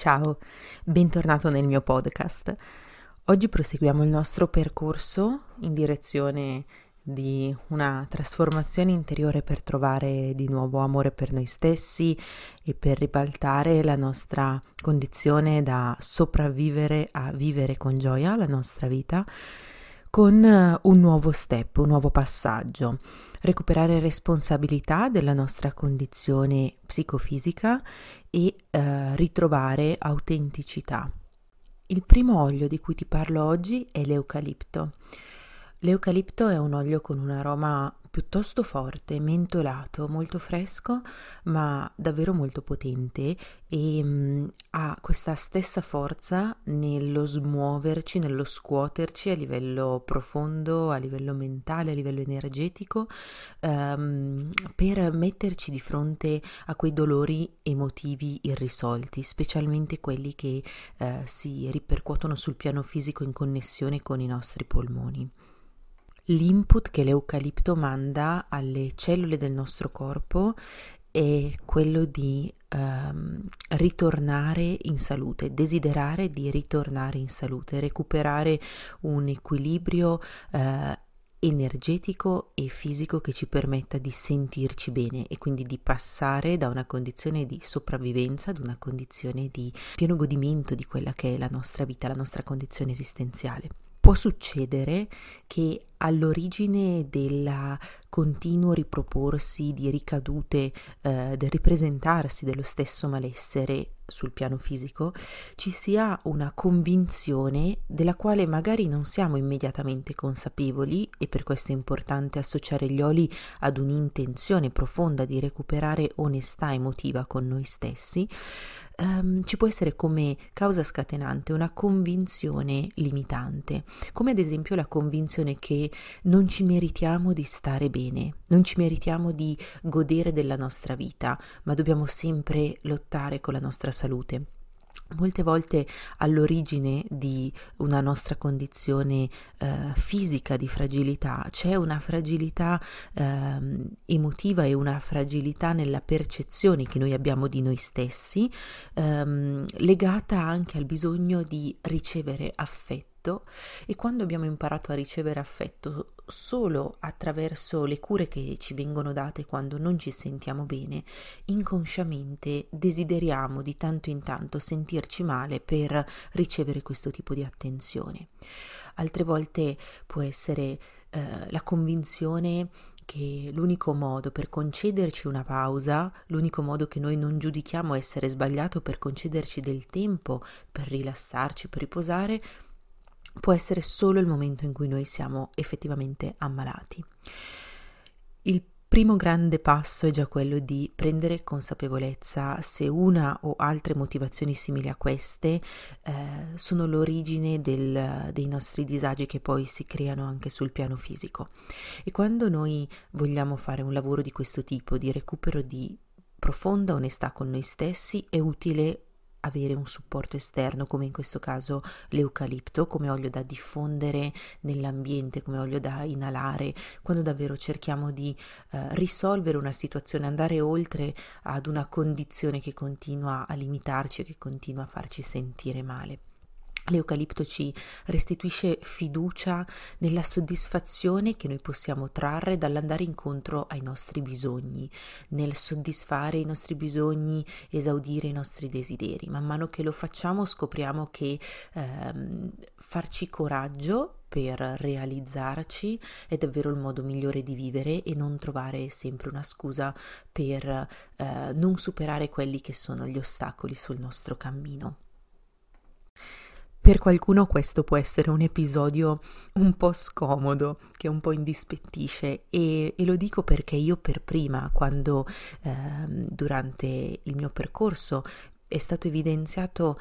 Ciao, bentornato nel mio podcast. Oggi proseguiamo il nostro percorso in direzione di una trasformazione interiore per trovare di nuovo amore per noi stessi e per ribaltare la nostra condizione da sopravvivere a vivere con gioia la nostra vita con un nuovo step, un nuovo passaggio. Recuperare responsabilità della nostra condizione psicofisica e ritrovare autenticità. Il primo olio di cui ti parlo oggi è l'eucalipto. L'eucalipto è un olio con un aroma piuttosto forte, mentolato, molto fresco, ma davvero molto potente e ha questa stessa forza nello smuoverci, nello scuoterci a livello profondo, a livello mentale, a livello energetico, per metterci di fronte a quei dolori emotivi irrisolti, specialmente quelli che si ripercuotono sul piano fisico in connessione con i nostri polmoni. L'input che l'eucalipto manda alle cellule del nostro corpo è quello di ritornare in salute, desiderare di ritornare in salute, recuperare un equilibrio energetico e fisico che ci permetta di sentirci bene e quindi di passare da una condizione di sopravvivenza ad una condizione di pieno godimento di quella che è la nostra vita, la nostra condizione esistenziale. Può succedere che all'origine del continuo riproporsi di ricadute, del ripresentarsi dello stesso malessere sul piano fisico, ci sia una convinzione della quale magari non siamo immediatamente consapevoli, e per questo è importante associare gli oli ad un'intenzione profonda di recuperare onestà emotiva con noi stessi. Ci può essere come causa scatenante una convinzione limitante, come ad esempio la convinzione che non ci meritiamo di stare bene, non ci meritiamo di godere della nostra vita, ma dobbiamo sempre lottare con la nostra salute. Molte volte all'origine di una nostra condizione fisica di fragilità c'è una fragilità emotiva e una fragilità nella percezione che noi abbiamo di noi stessi, legata anche al bisogno di ricevere affetto. E quando abbiamo imparato a ricevere affetto solo attraverso le cure che ci vengono date quando non ci sentiamo bene, inconsciamente desideriamo di tanto in tanto sentirci male per ricevere questo tipo di attenzione. Altre volte può essere la convinzione che l'unico modo per concederci una pausa, l'unico modo che noi non giudichiamo essere sbagliato per concederci del tempo, per rilassarci, per riposare, può essere solo il momento in cui noi siamo effettivamente ammalati. Il primo grande passo è già quello di prendere consapevolezza se una o altre motivazioni simili a queste sono l'origine dei nostri disagi che poi si creano anche sul piano fisico. E quando noi vogliamo fare un lavoro di questo tipo, di recupero di profonda onestà con noi stessi, è utile avere un supporto esterno, come in questo caso l'eucalipto, come olio da diffondere nell'ambiente, come olio da inalare, quando davvero cerchiamo di risolvere una situazione, andare oltre ad una condizione che continua a limitarci e che continua a farci sentire male. L'eucalipto ci restituisce fiducia nella soddisfazione che noi possiamo trarre dall'andare incontro ai nostri bisogni, nel soddisfare i nostri bisogni, esaudire i nostri desideri. Man mano che lo facciamo scopriamo che farci coraggio per realizzarci è davvero il modo migliore di vivere e non trovare sempre una scusa per non superare quelli che sono gli ostacoli sul nostro cammino. Per qualcuno questo può essere un episodio un po' scomodo, che un po' indispettisce e lo dico perché io per prima, quando durante il mio percorso mi è stato evidenziato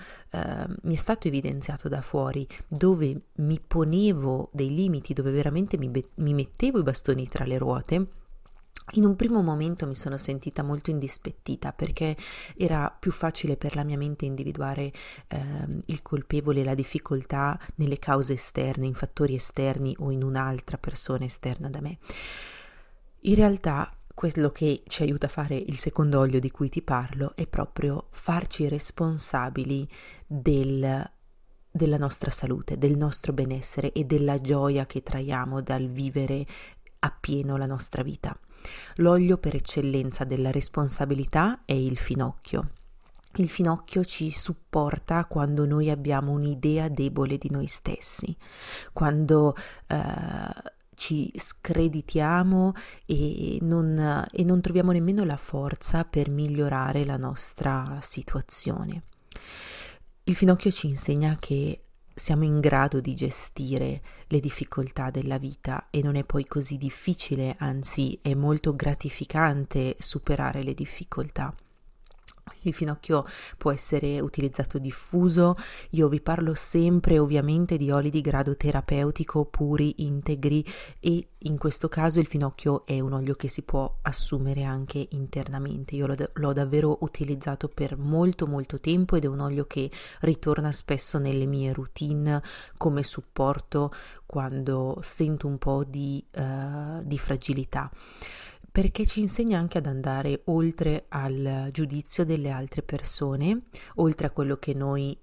da fuori, dove mi ponevo dei limiti, dove veramente mi mettevo i bastoni tra le ruote. In un primo momento mi sono sentita molto indispettita perché era più facile per la mia mente individuare il colpevole, la difficoltà nelle cause esterne, in fattori esterni o in un'altra persona esterna da me. In realtà quello che ci aiuta a fare il secondo olio di cui ti parlo è proprio farci responsabili della nostra salute, del nostro benessere e della gioia che traiamo dal vivere appieno la nostra vita. L'olio per eccellenza della responsabilità è il finocchio. Il finocchio ci supporta quando noi abbiamo un'idea debole di noi stessi, quando ci screditiamo e non troviamo nemmeno la forza per migliorare la nostra situazione. Il finocchio ci insegna che siamo in grado di gestire le difficoltà della vita e non è poi così difficile, anzi è molto gratificante superare le difficoltà. Il finocchio può essere utilizzato diffuso, io vi parlo sempre ovviamente di oli di grado terapeutico puri, integri, e in questo caso il finocchio è un olio che si può assumere anche internamente. Io l'ho davvero utilizzato per molto tempo ed è un olio che ritorna spesso nelle mie routine come supporto quando sento un po' di fragilità, perché ci insegna anche ad andare oltre al giudizio delle altre persone, oltre a quello che noi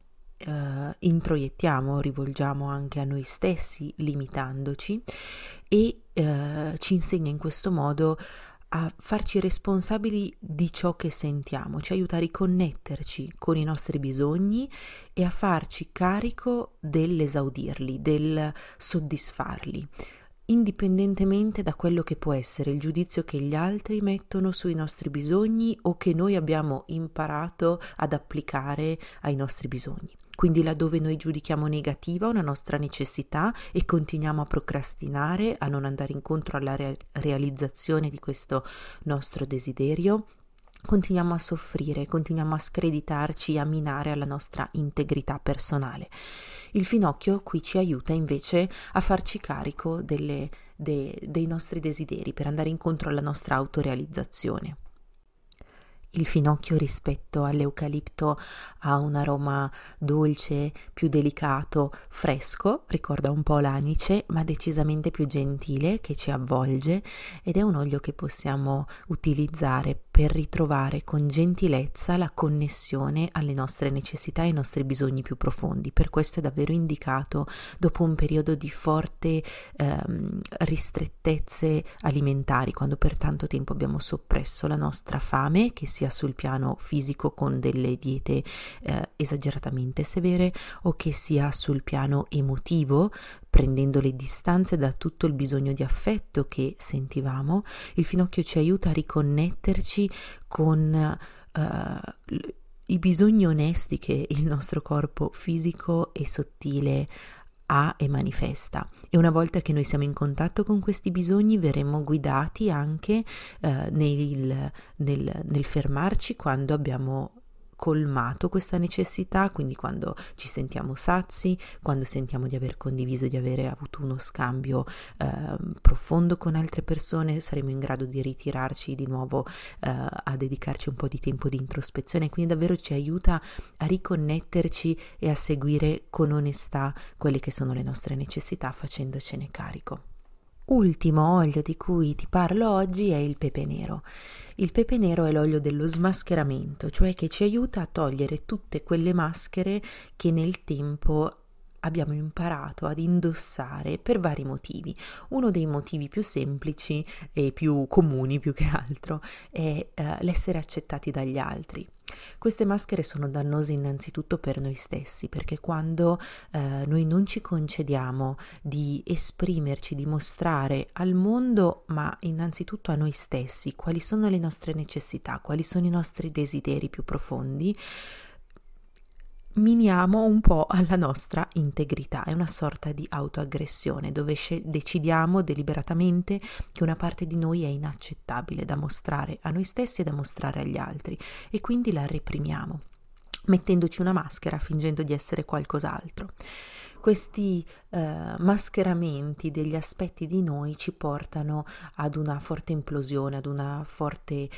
introiettiamo, rivolgiamo anche a noi stessi, limitandoci, e ci insegna in questo modo a farci responsabili di ciò che sentiamo, ci aiuta a riconnetterci con i nostri bisogni e a farci carico dell'esaudirli, del soddisfarli, indipendentemente da quello che può essere il giudizio che gli altri mettono sui nostri bisogni o che noi abbiamo imparato ad applicare ai nostri bisogni. Quindi laddove noi giudichiamo negativa una nostra necessità e continuiamo a procrastinare, a non andare incontro alla realizzazione di questo nostro desiderio, continuiamo a soffrire, continuiamo a screditarci, a minare alla nostra integrità personale. Il finocchio qui ci aiuta invece a farci carico dei nostri desideri per andare incontro alla nostra autorealizzazione. Il finocchio rispetto all'eucalipto ha un aroma dolce, più delicato, fresco, ricorda un po' l'anice, ma decisamente più gentile, che ci avvolge, ed è un olio che possiamo utilizzare per ritrovare con gentilezza la connessione alle nostre necessità e ai nostri bisogni più profondi. Per questo è davvero indicato dopo un periodo di forte ristrettezze alimentari, quando per tanto tempo abbiamo soppresso la nostra fame, che sia sul piano fisico con delle diete esageratamente severe, o che sia sul piano emotivo, prendendo le distanze da tutto il bisogno di affetto che sentivamo. Il finocchio ci aiuta a riconnetterci con i bisogni onesti che il nostro corpo fisico e sottile ha e manifesta, e una volta che noi siamo in contatto con questi bisogni verremo guidati anche nel fermarci quando abbiamo colmato questa necessità, quindi quando ci sentiamo sazi, quando sentiamo di aver condiviso, di aver avuto uno scambio profondo con altre persone, saremo in grado di ritirarci di nuovo a dedicarci un po' di tempo di introspezione, quindi davvero ci aiuta a riconnetterci e a seguire con onestà quelle che sono le nostre necessità, facendocene carico. Ultimo olio di cui ti parlo oggi è il pepe nero. Il pepe nero è l'olio dello smascheramento, cioè che ci aiuta a togliere tutte quelle maschere che nel tempo abbiamo imparato ad indossare per vari motivi. Uno dei motivi più semplici e più comuni più che altro è l'essere accettati dagli altri. Queste maschere sono dannose innanzitutto per noi stessi, perché quando noi non ci concediamo di esprimerci, di mostrare al mondo, ma innanzitutto a noi stessi, quali sono le nostre necessità, quali sono i nostri desideri più profondi, miniamo un po' alla nostra integrità. È una sorta di autoaggressione dove decidiamo deliberatamente che una parte di noi è inaccettabile da mostrare a noi stessi e da mostrare agli altri, e quindi la reprimiamo, mettendoci una maschera, fingendo di essere qualcos'altro. questi mascheramenti degli aspetti di noi ci portano ad una forte implosione, ad una forte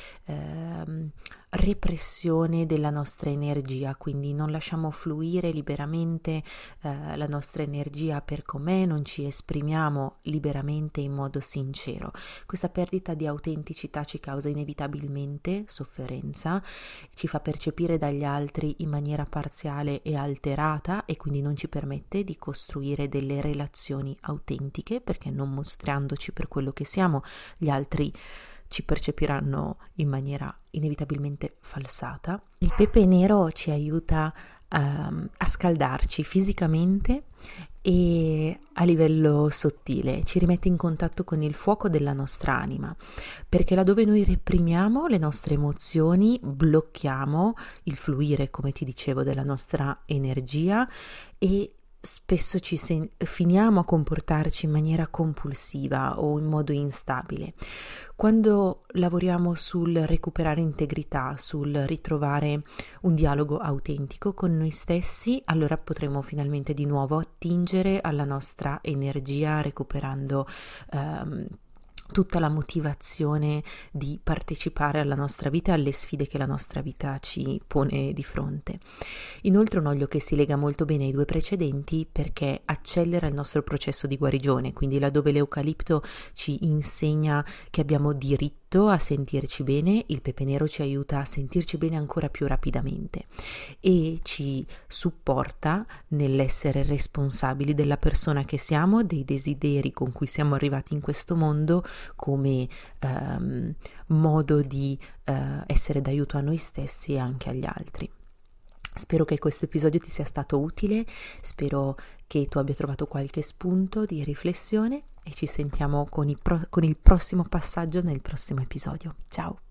repressione della nostra energia, quindi non lasciamo fluire liberamente la nostra energia per com'è, non ci esprimiamo liberamente in modo sincero. Questa perdita di autenticità ci causa inevitabilmente sofferenza, ci fa percepire dagli altri in maniera parziale e alterata e quindi non ci permette di costruire delle relazioni autentiche, perché non mostrandoci per quello che siamo, gli altri ci percepiranno in maniera inevitabilmente falsata. Il pepe nero ci aiuta a scaldarci fisicamente e a livello sottile, ci rimette in contatto con il fuoco della nostra anima, perché laddove noi reprimiamo le nostre emozioni, blocchiamo il fluire, come ti dicevo, della nostra energia e spesso finiamo a comportarci in maniera compulsiva o in modo instabile. Quando lavoriamo sul recuperare integrità, sul ritrovare un dialogo autentico con noi stessi, allora potremo finalmente di nuovo attingere alla nostra energia, recuperando tutta la motivazione di partecipare alla nostra vita e alle sfide che la nostra vita ci pone di fronte. Inoltre un olio che si lega molto bene ai due precedenti perché accelera il nostro processo di guarigione, quindi laddove l'eucalipto ci insegna che abbiamo diritto a sentirci bene, il pepe nero ci aiuta a sentirci bene ancora più rapidamente e ci supporta nell'essere responsabili della persona che siamo, dei desideri con cui siamo arrivati in questo mondo, come modo di essere d'aiuto a noi stessi e anche agli altri. Spero che questo episodio ti sia stato utile, spero che tu abbia trovato qualche spunto di riflessione e ci sentiamo con il prossimo passaggio nel prossimo episodio. Ciao!